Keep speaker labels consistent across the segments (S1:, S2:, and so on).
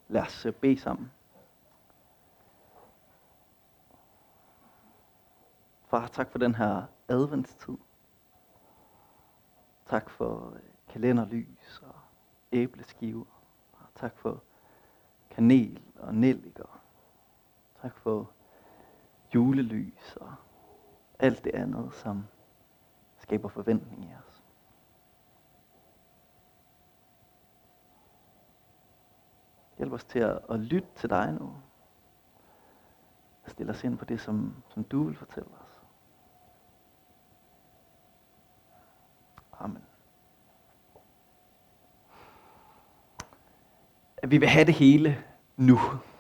S1: Lad os bede sammen. Far, tak for den her adventstid. Tak for kalenderlys og æbleskiver. Og tak for kanel og nelliker. Tak for julelys og alt det andet, som skaber forventning i os. Hjælp os til at lytte til dig nu. Stil os ind på det, som du vil fortælle os. Amen. Vi vil have det hele nu.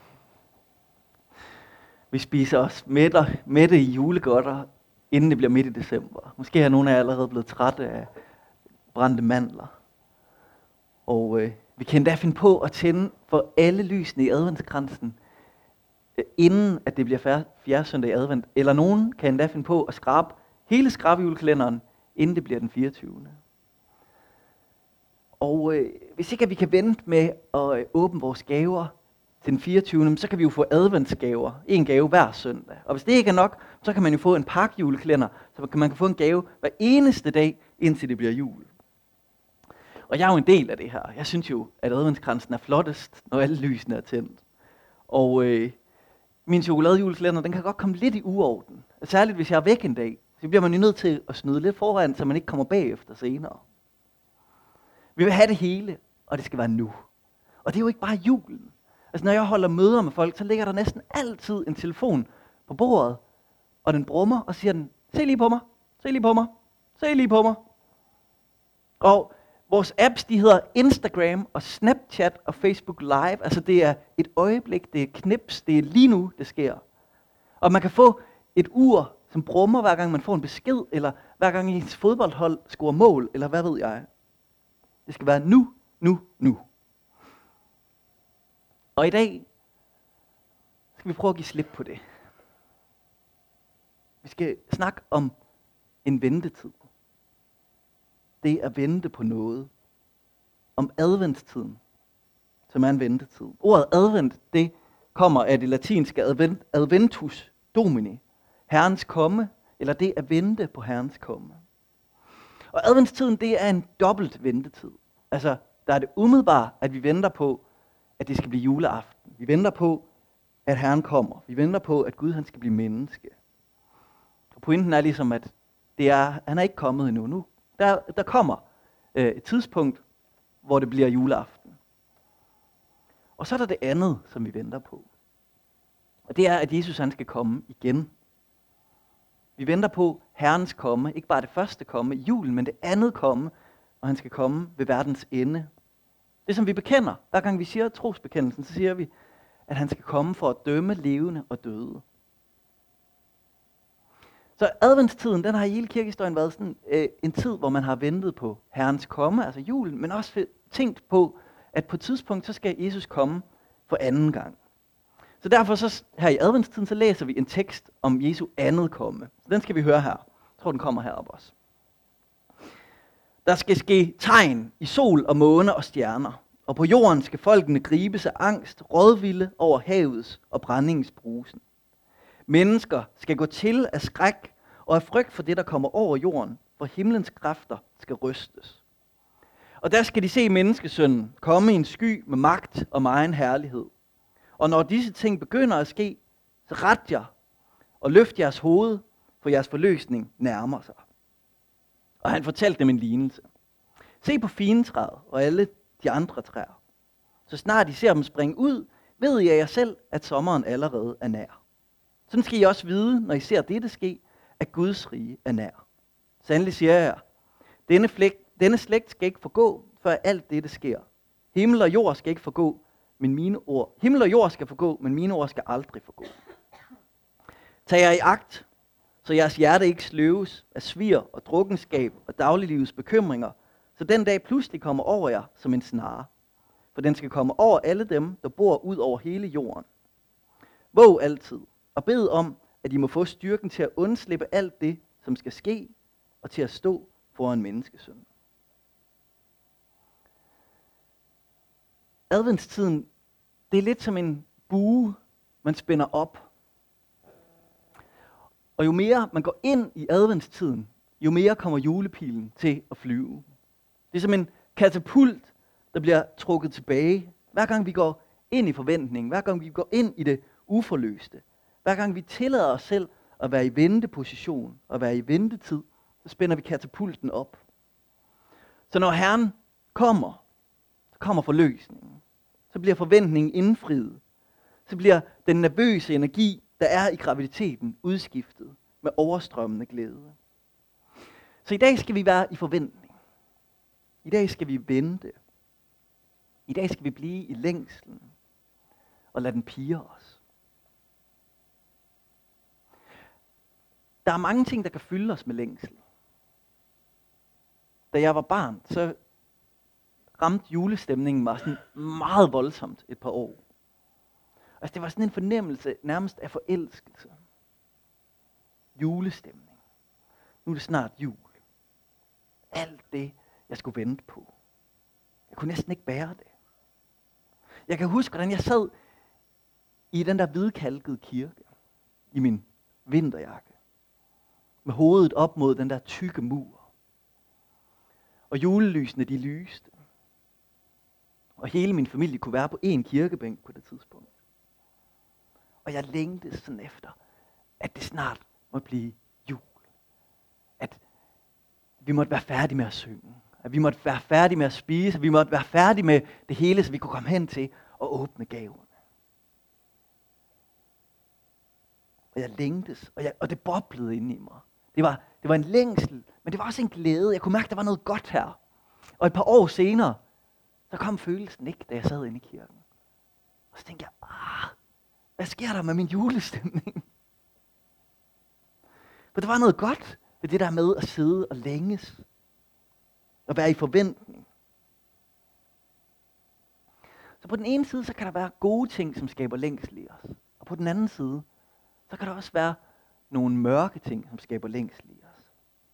S1: Vi spiser os mætte i julegodter, inden det bliver midt i december. Måske er nogle af jer allerede blevet trætte af brændte mandler. Og vi kan endda finde på at tænde for alle lysene i adventskransen, inden at det bliver fjerde søndag i advent. Eller nogen kan endda finde på at skrabe hele julekalenderen, inden det bliver den 24. Og hvis ikke at vi kan vente med at åbne vores gaver til den 24. Så kan vi jo få adventsgaver. En gave hver søndag. Og hvis det ikke er nok, så kan man jo få en pakjulekalender, så man kan få en gave hver eneste dag, indtil det bliver jul. Og jeg er jo en del af det her. Jeg synes jo, at adventskransen er flottest, når alle lysene er tændt. Og min chokoladejulekalender, den kan godt komme lidt i uorden. Særligt hvis jeg er væk en dag. Så bliver man jo nødt til at snyde lidt foran, så man ikke kommer bagefter senere. Vi vil have det hele, og det skal være nu. Og det er jo ikke bare julen. Altså når jeg holder møder med folk, så ligger der næsten altid en telefon på bordet, og den brummer, og siger den, se lige på mig, se lige på mig, se lige på mig. Og vores apps, de hedder Instagram og Snapchat og Facebook Live. Altså det er et øjeblik, det er knips, det er lige nu, det sker. Og man kan få et ur, som brummer, hver gang man får en besked, eller hver gang ens fodboldhold scorer mål, eller hvad ved jeg. Det skal være nu, nu, nu. Og i dag skal vi prøve at give slip på det. Vi skal snakke om en ventetid. Det at vente på noget. Om adventstiden, som er en ventetid. Ordet advent, det kommer af det latinske adventus domini. Herrens komme, eller det at vente på Herrens komme. Og adventstiden, det er en dobbelt ventetid. Altså, der er det umiddelbart, at vi venter på, at det skal blive juleaften. Vi venter på, at Herren kommer. Vi venter på, at Gud han skal blive menneske. Og pointen er ligesom, at han er ikke kommet endnu. Nu der kommer et tidspunkt, hvor det bliver juleaften. Og så er der det andet, som vi venter på. Og det er, at Jesus han skal komme igen. Vi venter på Herrens komme. Ikke bare det første komme i julen, men det andet komme. Og han skal komme ved verdens ende. Det som vi bekender. Hver gang vi siger trosbekendelsen, så siger vi, at han skal komme for at dømme levende og døde. Så adventstiden, den har i hele kirkehistorien været sådan en tid, hvor man har ventet på Herrens komme, altså julen, men også tænkt på, at på et tidspunkt, så skal Jesus komme for anden gang. Så derfor så her i adventstiden, så læser vi en tekst om Jesu andet komme. Så den skal vi høre her. Jeg tror, den kommer herop også. Der skal ske tegn i sol og måne og stjerner, og på jorden skal folkene gribes af angst, rådvilde over havets og brændingens brusen. Mennesker skal gå til af skræk og af frygt for det, der kommer over jorden, for himlens kræfter skal rystes. Og der skal de se menneskesønnen komme i en sky med magt og megen herlighed. Og når disse ting begynder at ske, så ret jer og løft jeres hoved, for jeres forløsning nærmer sig. Og han fortalte dem en lignelse. Se på figentræet og alle de andre træer. Så snart I ser dem springe ud, ved I af jer selv, at sommeren allerede er nær. Sådan skal I også vide, når I ser dette ske, at Guds rige er nær. Sandelig siger jeg jer, denne slægt skal ikke forgå, før alt dette sker. Himmel og jord skal ikke forgå, men mine ord. Himmel og jord skal forgå, men mine ord skal aldrig forgå. Tag jer i agt, så jeres hjerte ikke sløves af svir og drukkenskab og dagliglivets bekymringer, så den dag pludselig kommer over jer som en snare. For den skal komme over alle dem, der bor ud over hele jorden. Våg altid og bed om, at I må få styrken til at undslippe alt det, som skal ske, og til at stå foran menneskesønnen. Adventstiden, det er lidt som en bue, man spænder op. Og jo mere man går ind i adventstiden, jo mere kommer julepilen til at flyve. Det er som en katapult, der bliver trukket tilbage. Hver gang vi går ind i forventningen, hver gang vi går ind i det uforløste, hver gang vi tillader os selv at være i venteposition og være i ventetid, så spænder vi katapulten op. Så når Herren kommer, så kommer forløsningen. Så bliver forventningen indfriet. Så bliver den nervøse energi, der er i graviditeten, udskiftet med overstrømmende glæde. Så i dag skal vi være i forventning. I dag skal vi vente. I dag skal vi blive i længslen og lade den pire os. Der er mange ting, der kan fylde os med længsel. Da jeg var barn, så ramte julestemningen mig sådan meget voldsomt et par år. Altså det var sådan en fornemmelse nærmest af forelskelse. Julestemning. Nu er det snart jul. Alt det, jeg skulle vente på. Jeg kunne næsten ikke bære det. Jeg kan huske, hvordan jeg sad i den der hvidkalkede kirke, i min vinterjakke, med hovedet op mod den der tykke mur. Og julelysene, de lyste. Og hele min familie kunne være på én kirkebænk på det tidspunkt. Og jeg længtes sådan efter, at det snart måtte blive jul. At vi måtte være færdige med at synge. At vi måtte være færdige med at spise. At vi måtte være færdige med det hele, så vi kunne komme hen til at åbne gaverne. Og jeg længtes, og det boblede inde i mig. Det var en længsel, men det var også en glæde. Jeg kunne mærke, at der var noget godt her. Og et par år senere, så kom følelsen ikke, da jeg sad inde i kirken. Og så tænkte jeg, hvad sker der med min julestemning? For der var noget godt ved det der med at sidde og længes. Og være i forventning. Så på den ene side, så kan der være gode ting, som skaber længsel i os. Og på den anden side, så kan der også være nogle mørke ting, som skaber længsel i os.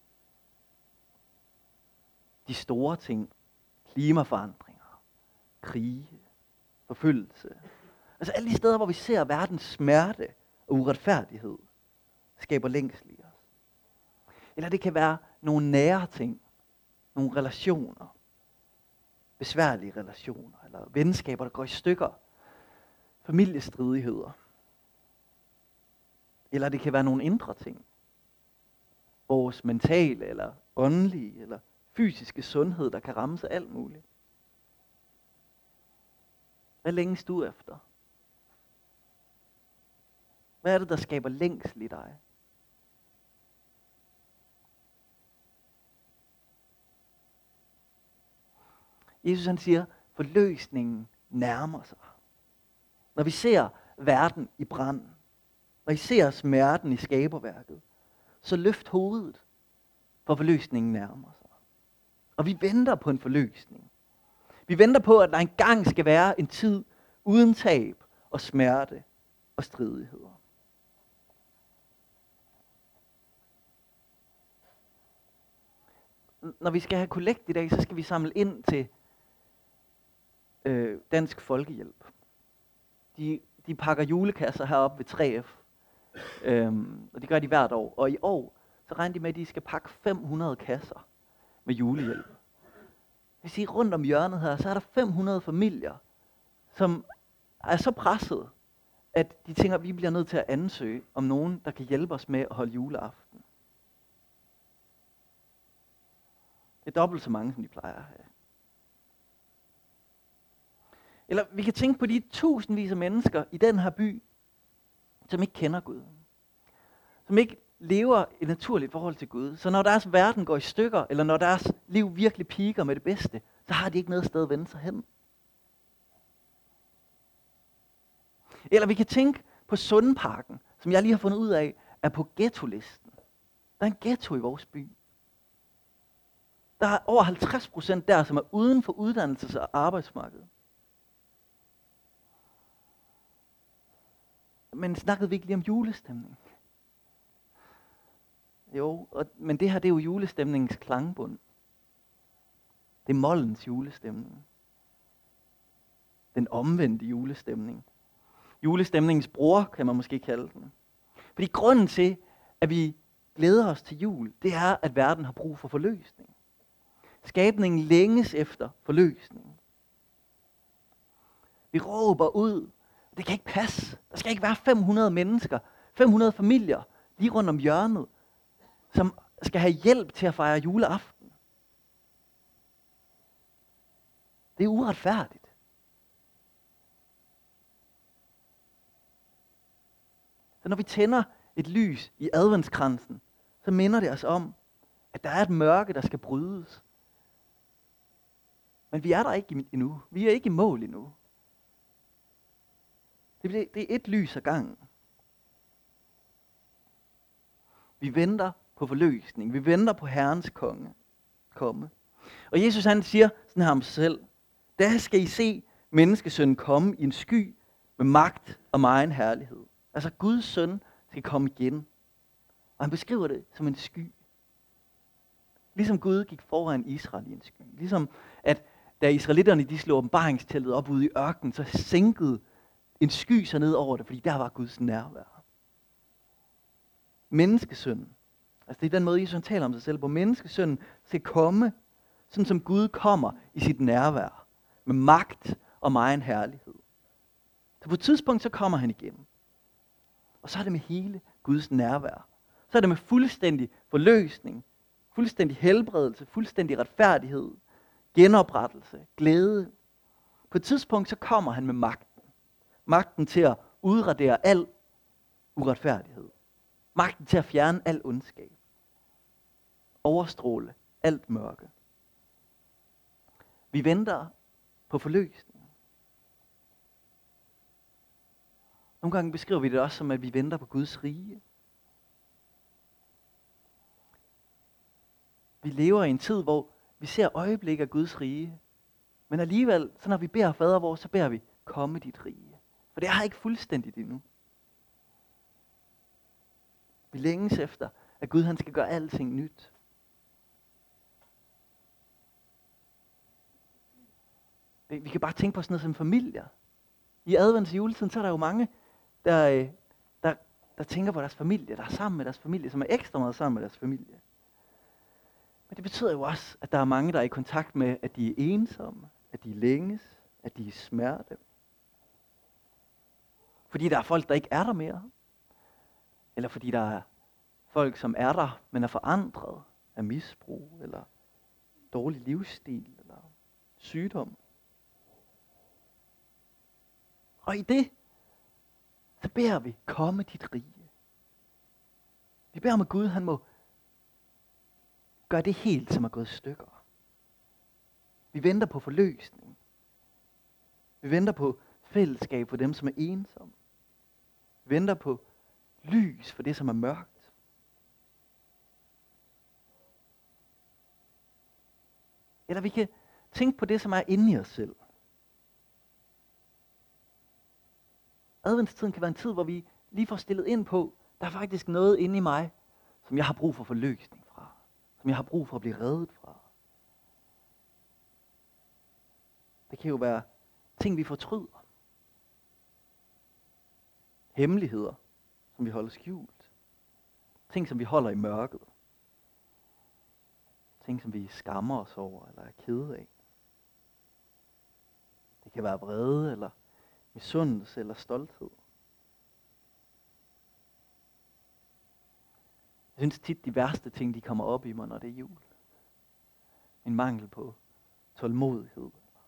S1: De store ting, klimaforandringer, krige, forfølgelse. Altså alle de steder, hvor vi ser verdens smerte og uretfærdighed, skaber længsel i os. Eller det kan være nogle nære ting, nogle relationer, besværlige relationer, eller venskaber, der går i stykker, familiestridigheder. Eller det kan være nogle indre ting. Vores mentale, eller åndelige, eller fysiske sundhed, der kan ramme sig alt muligt. Hvad længes du efter? Hvad er det, der skaber længsel i dig? Jesus han siger, forløsningen nærmer sig. Når vi ser verden i brand, når I ser smerten i skaberværket, så løft hovedet, for forløsningen nærmer sig. Og vi venter på en forløsning. Vi venter på, at der engang skal være en tid uden tab og smerte og stridigheder. Når vi skal have kollekt i dag, så skal vi samle ind til Dansk Folkehjælp. De pakker julekasser heroppe ved 3F. Og det gør de hvert år. Og i år, så regner de med, at de skal pakke 500 kasser med julehjælp. Det vil sige, rundt om hjørnet her, så er der 500 familier, som er så presset, at de tænker, at vi bliver nødt til at ansøge om nogen, der kan hjælpe os med at holde juleaften. Det er dobbelt så mange, som de plejer at have. Eller vi kan tænke på de tusindvis af mennesker i den her by, som ikke kender Gud. Som ikke lever et naturligt forhold til Gud. Så når deres verden går i stykker, eller når deres liv virkelig piker med det bedste, så har de ikke noget sted at vende sig hen. Eller vi kan tænke på Sundparken, som jeg lige har fundet ud af, er på ghettolisten. Der er en ghetto i vores by. Der er over 50% der, som er uden for uddannelses- og arbejdsmarkedet. Men snakkede vi ikke lige om julestemning? Jo, men det her, det er jo julestemningens klangbund. Det er mollens julestemning. den omvendte julestemning. Julestemningens bror, kan man måske kalde den. Fordi grunden til, at vi glæder os til jul, det er, at verden har brug for forløsning. Skabningen længes efter forløsning. Vi råber ud, det kan ikke passe. Der skal ikke være 500 mennesker, 500 familier lige rundt om hjørnet, som skal have hjælp til at fejre juleaften. Det er uretfærdigt. Så når vi tænder et lys i adventskransen, så minder det os om, at der er et mørke, der skal brydes. Men vi er der ikke endnu. Vi er ikke i mål endnu. Det er et lys ad gangen. Vi venter på forløsning. Vi venter på Herrens konge komme. Og Jesus han siger sådan her om sig selv: Da skal I se menneskesønnen komme i en sky med magt og megen herlighed. Altså Guds søn skal komme igen. Og han beskriver det som en sky. Ligesom Gud gik foran Israel i en sky. Ligesom at da israelitterne de slog åbenbaringsteltet op ude i ørkenen, så sænkede en sky sig ned over det, fordi der var Guds nærvær. Menneskesønnen. Altså det er den måde, Jesus taler om sig selv på. Menneskesønnen skal komme, sådan som Gud kommer i sit nærvær. Med magt og megen herlighed. Så på et tidspunkt, så kommer han igen. Og så er det med hele Guds nærvær. Så er det med fuldstændig forløsning, fuldstændig helbredelse, fuldstændig retfærdighed, genoprettelse, glæde. På et tidspunkt, så kommer han med magten. Magten til at udradere al uretfærdighed. Magten til at fjerne al ondskab. Overstråle alt mørke. Vi venter på forløsning. Nogle gange beskriver vi det også som, at vi venter på Guds rige. Vi lever i en tid, hvor vi ser øjeblik af Guds rige. Men alligevel, så når vi beder Fader vor, så beder vi, komme dit rige. For det er ikke fuldstændigt endnu. Vi længes efter, at Gud han skal gøre alting nyt. Vi kan bare tænke på sådan noget som familier. I advents- og juletiden, så er der jo mange, der tænker på deres familie, der er sammen med deres familie, som er ekstra meget sammen med deres familie. Men det betyder jo også, at der er mange, der er i kontakt med, at de er ensomme, at de længes, at de er i smerte. Fordi der er folk, der ikke er der mere. Eller fordi der er folk, som er der, men er forandret af misbrug, eller dårlig livsstil, eller sygdom. Og i det, så beder vi, komme dit rige. Vi beder om, at Gud han må gøre det helt, som er gået i stykker. Vi venter på forløsning. Vi venter på fællesskab for dem, som er ensomme. Vi venter på lys for det, som er mørkt. Eller vi kan tænke på det, som er inde i os selv. Adventstiden kan være en tid, hvor vi lige får stillet ind på, der er faktisk noget inde i mig, som jeg har brug for forløsning fra. Som jeg har brug for at blive reddet fra. Det kan jo være ting, vi fortryder. Hemmeligheder, som vi holder skjult. Ting, som vi holder i mørket. Ting, som vi skammer os over eller er kede af. Det kan være vrede eller misundelse eller stolthed. Jeg synes tit, de værste ting, de kommer op i mig, når det er jul. En mangel på tålmodighed.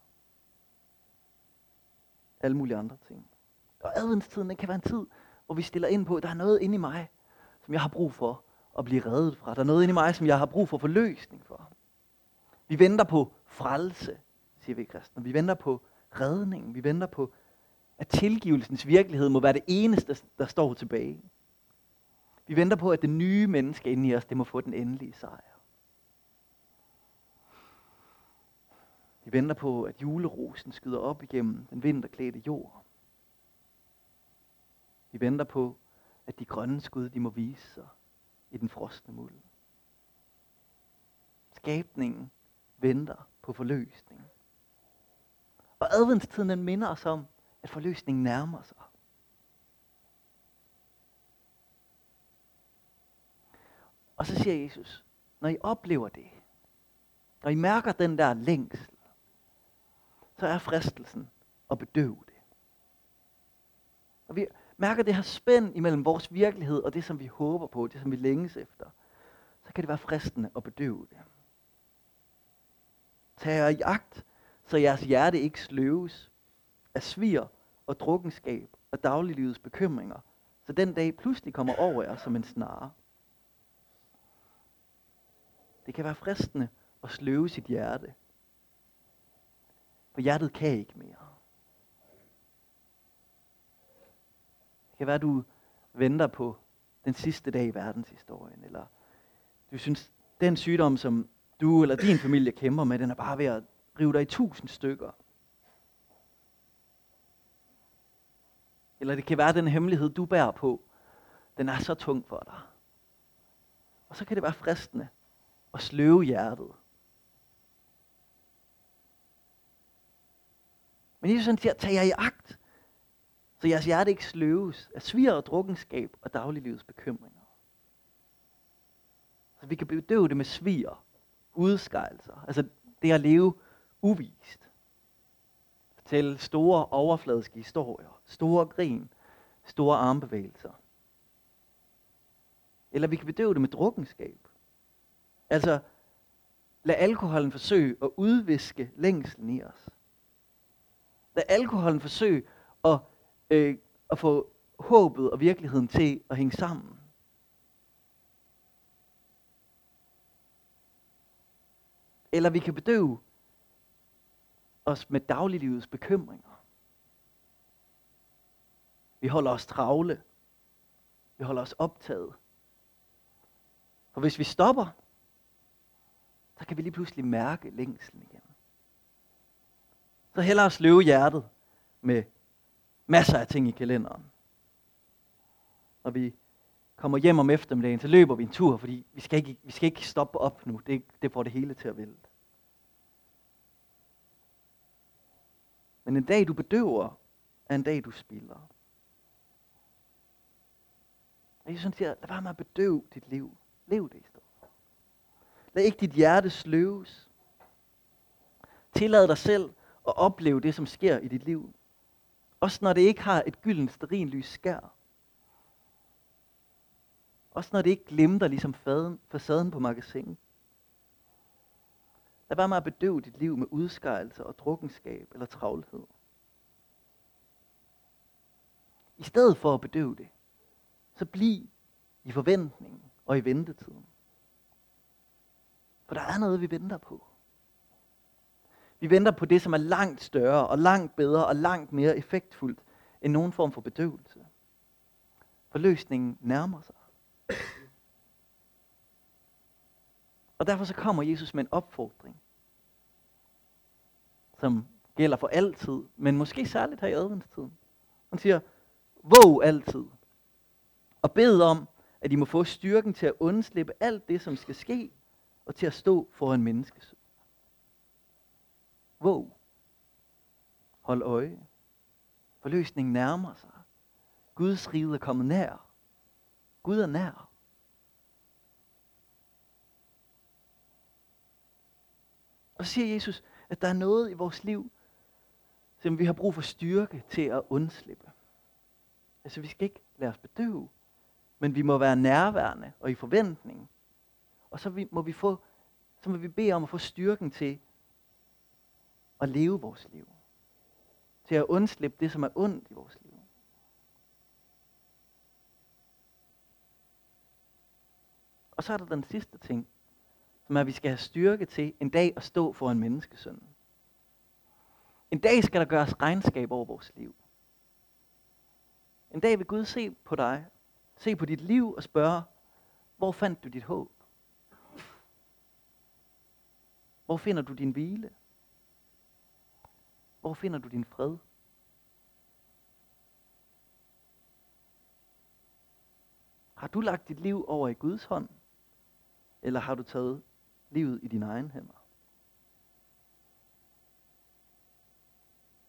S1: Alle mulige andre ting. Og adventstiden, det kan være en tid, hvor vi stiller ind på, at der er noget inde i mig, som jeg har brug for at blive reddet fra. Der er noget inde i mig, som jeg har brug for forløsning for. Vi venter på frelse, siger vi kristne. Vi venter på redningen. Vi venter på, at tilgivelsens virkelighed må være det eneste, der står tilbage. Vi venter på, at det nye menneske inde i os, det må få den endelige sejr. Vi venter på, at julerosen skyder op igennem den vinterklædte jord. Vi venter på, at de grønne skud, de må vise sig i den frosne muld. Skabningen venter på forløsning. Og adventstiden den minder os om, at forløsningen nærmer sig. Og så siger Jesus, når I oplever det, når I mærker den der længsel, så er fristelsen at bedøve det. Og vi mærker det her spænd imellem vores virkelighed og det, som vi håber på, det, som vi længes efter, så kan det være fristende at bedøve det. Tag jer i agt, så jeres hjerte ikke sløves af svir og drukkenskab og dagliglivets bekymringer, så den dag pludselig kommer over jer som en snare. Det kan være fristende at sløve sit hjerte, for hjertet kan ikke mere. Det kan være, at du venter på den sidste dag i verdenshistorien, eller du synes, den sygdom, som du eller din familie kæmper med, den er bare ved at rive dig i 1000 stykker. Eller det kan være, at den hemmelighed, du bærer på, den er så tung for dig. Og så kan det være fristende at sløve hjertet. Men Jesus han siger, tag jer i agt, så jeres hjerte ikke sløves af svir og drukkenskab og dagliglivets bekymringer. Så vi kan bedøve det med svir, udskejelser, altså det at leve uvist. Fortælle store overfladiske historier, store grin, store armbevægelser. Eller vi kan bedøve det med drukkenskab. Altså lad alkoholen forsøge at udviske længslen i os. Lad alkoholen forsøge at få håbet og virkeligheden til at hænge sammen. Eller vi kan bedøve os med dagliglivets bekymringer. Vi holder os travle. Vi holder os optaget. For hvis vi stopper, så kan vi lige pludselig mærke længslen igen. Så hellere sløve hjertet med masser af ting i kalenderen. Når vi kommer hjem om eftermiddagen, så løber vi en tur, fordi vi skal ikke stoppe op nu. Det får det hele til at vælte. Men en dag du bedøver, er en dag du spilder. Og Jesus siger, lad være med at bedøve dit liv. Lev det i stedet. Lad ikke dit hjerte sløves. Tillad dig selv at opleve det, som sker i dit liv. Også når det ikke har et gyldent stearinlys skær. Også når det ikke glimter ligesom facaden på magasin. Lad være med at bedøve dit liv med udskejelser og drukkenskab eller travlhed. I stedet for at bedøve det, så bliv i forventningen og i ventetiden. For der er noget, vi venter på. Vi venter på det, som er langt større og langt bedre og langt mere effektfuldt end nogen form for bedøvelse. For løsningen nærmer sig. Og derfor så kommer Jesus med en opfordring, som gælder for altid, men måske særligt her i adventstiden. Han siger, våg altid, og bed om, at I må få styrken til at undslippe alt det, som skal ske, og til at stå for en menneskesøn. Våg. Hold øje. For løsningen nærmer sig. Guds rige er kommet nær. Gud er nær. Og så siger Jesus, at der er noget i vores liv, som vi har brug for styrke til at undslippe. Altså vi skal ikke lade os bedøve, men vi må være nærværende og i forventning. Og så må vi bede om at få styrken til at leve vores liv. Til at undslippe det, som er ondt i vores liv. Og så er der den sidste ting, som er, at vi skal have styrke til en dag at stå for en menneskesøn. En dag skal der gøres regnskab over vores liv. En dag vil Gud se på dig, se på dit liv og spørge, hvor fandt du dit håb? Hvor finder du din hvile? Hvor finder du din fred? Har du lagt dit liv over i Guds hånd? Eller har du taget livet i dine egne hænder?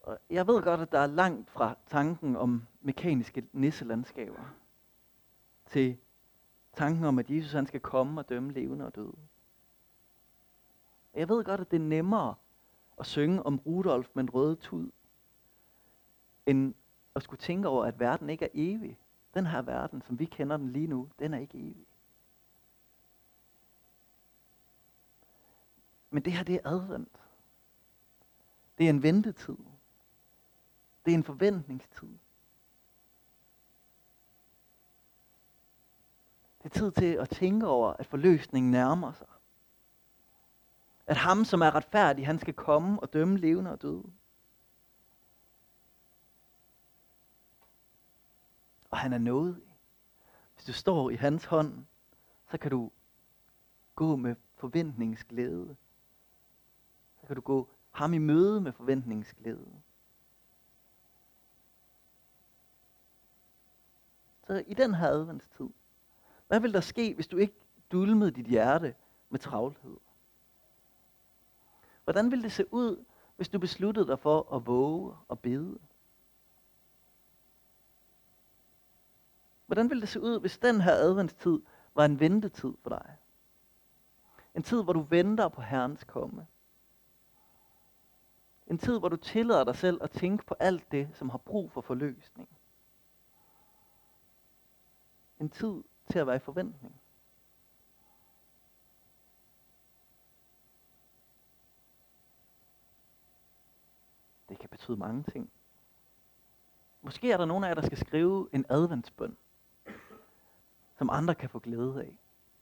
S1: Og jeg ved godt, at der er langt fra tanken om mekaniske nisselandskaber til tanken om, at Jesus han skal komme og dømme levende og døde. Jeg ved godt, at det er nemmere at synge om Rudolf med en røde tud, end at skulle tænke over, at verden ikke er evig. Den her verden, som vi kender den lige nu, den er ikke evig. Men det her, det er advent. Det er en ventetid. Det er en forventningstid. Det er tid til at tænke over, at forløsningen nærmer sig. At ham, som er retfærdig, han skal komme og dømme levende og døde. Og han er nådig. Hvis du står i hans hånd, så kan du gå med forventningsglæde. Så kan du gå ham i møde med forventningsglæde. Så i den her adventstid, hvad vil der ske, hvis du ikke dulmede dit hjerte med travlhed? Hvordan ville det se ud, hvis du besluttede dig for at våge og bede? Hvordan ville det se ud, hvis den her adventstid var en ventetid for dig? En tid, hvor du venter på Herrens komme. En tid, hvor du tillader dig selv at tænke på alt det, som har brug for forløsning. En tid til at være i forventning. Det kan betyde mange ting. Måske er der nogen af jer, der skal skrive en adventsbøn, som andre kan få glæde af.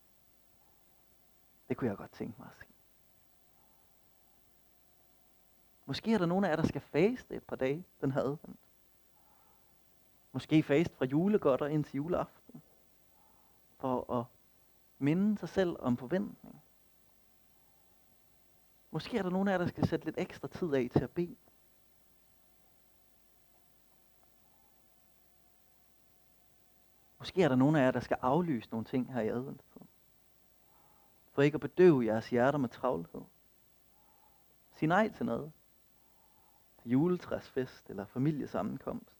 S1: Det kunne jeg godt tænke mig at se. Måske er der nogen af jer, der skal faste et par dage den her advent. Måske faste fra julegodter ind til juleaften. For at minde sig selv om forventning. Måske er der nogen af jer, der skal sætte lidt ekstra tid af til at bede. Måske er der nogen af jer, der skal aflyse nogle ting her i adventstiden. For ikke at bedøve jeres hjerter med travlhed. Sig nej til noget. Til juletræsfest eller familiesammenkomst.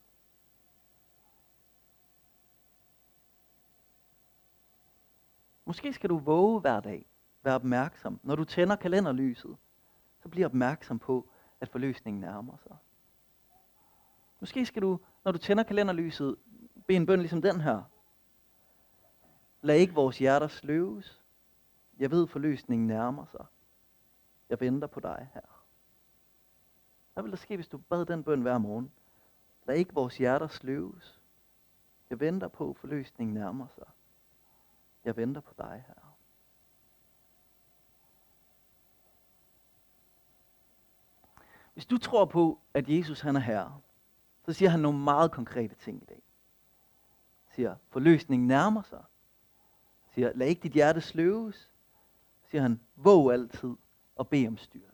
S1: Måske skal du våge hver dag. Være opmærksom. Når du tænder kalenderlyset, så bliv opmærksom på, at forløsningen nærmer sig. Måske skal du, når du tænder kalenderlyset, bede en bøn ligesom den her. Lad ikke vores hjerter sløves. Jeg ved, forløsningen nærmer sig. Jeg venter på dig her. Hvad vil der ske, hvis du bad den bøn hver morgen? Lad ikke vores hjerter sløves. Jeg venter på, forløsningen nærmer sig. Jeg venter på dig her. Hvis du tror på, at Jesus han er herre, så siger han nogle meget konkrete ting i dag. Siger, forløsningen nærmer sig. Siger, lad ikke dit hjerte sløves. Siger han, våg altid og bed om styrke.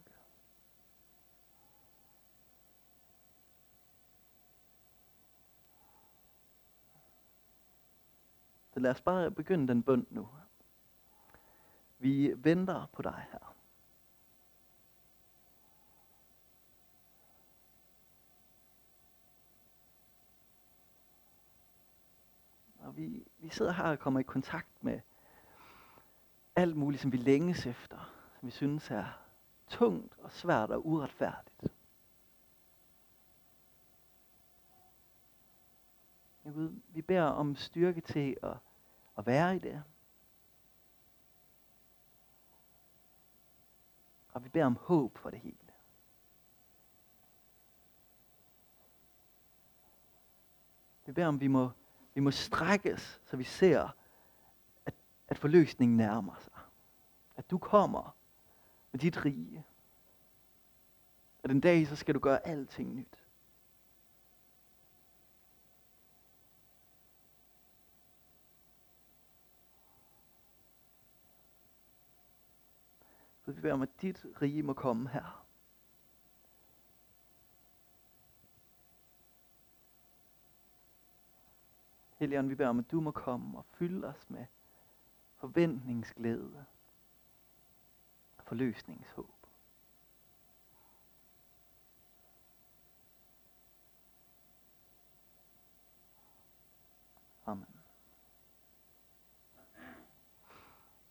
S1: Så lad os bare begynde den bøn nu. Vi venter på dig her. Og vi sidder her og kommer i kontakt med alt muligt, som vi længes efter. Som vi synes er tungt og svært og uretfærdigt. Ja, Gud, vi beder om styrke til at være i det. Og vi beder om håb for det hele. Vi beder om, vi må strækkes, så vi ser, at forløsningen nærmer sig. At du kommer med dit rige. At en dag, så skal du gøre alting nyt. Så vi beder om, at dit rige må komme her. Helligånd, vi beder om, at du må komme og fylde os med forventningsglæde og forløsningshåb. Amen.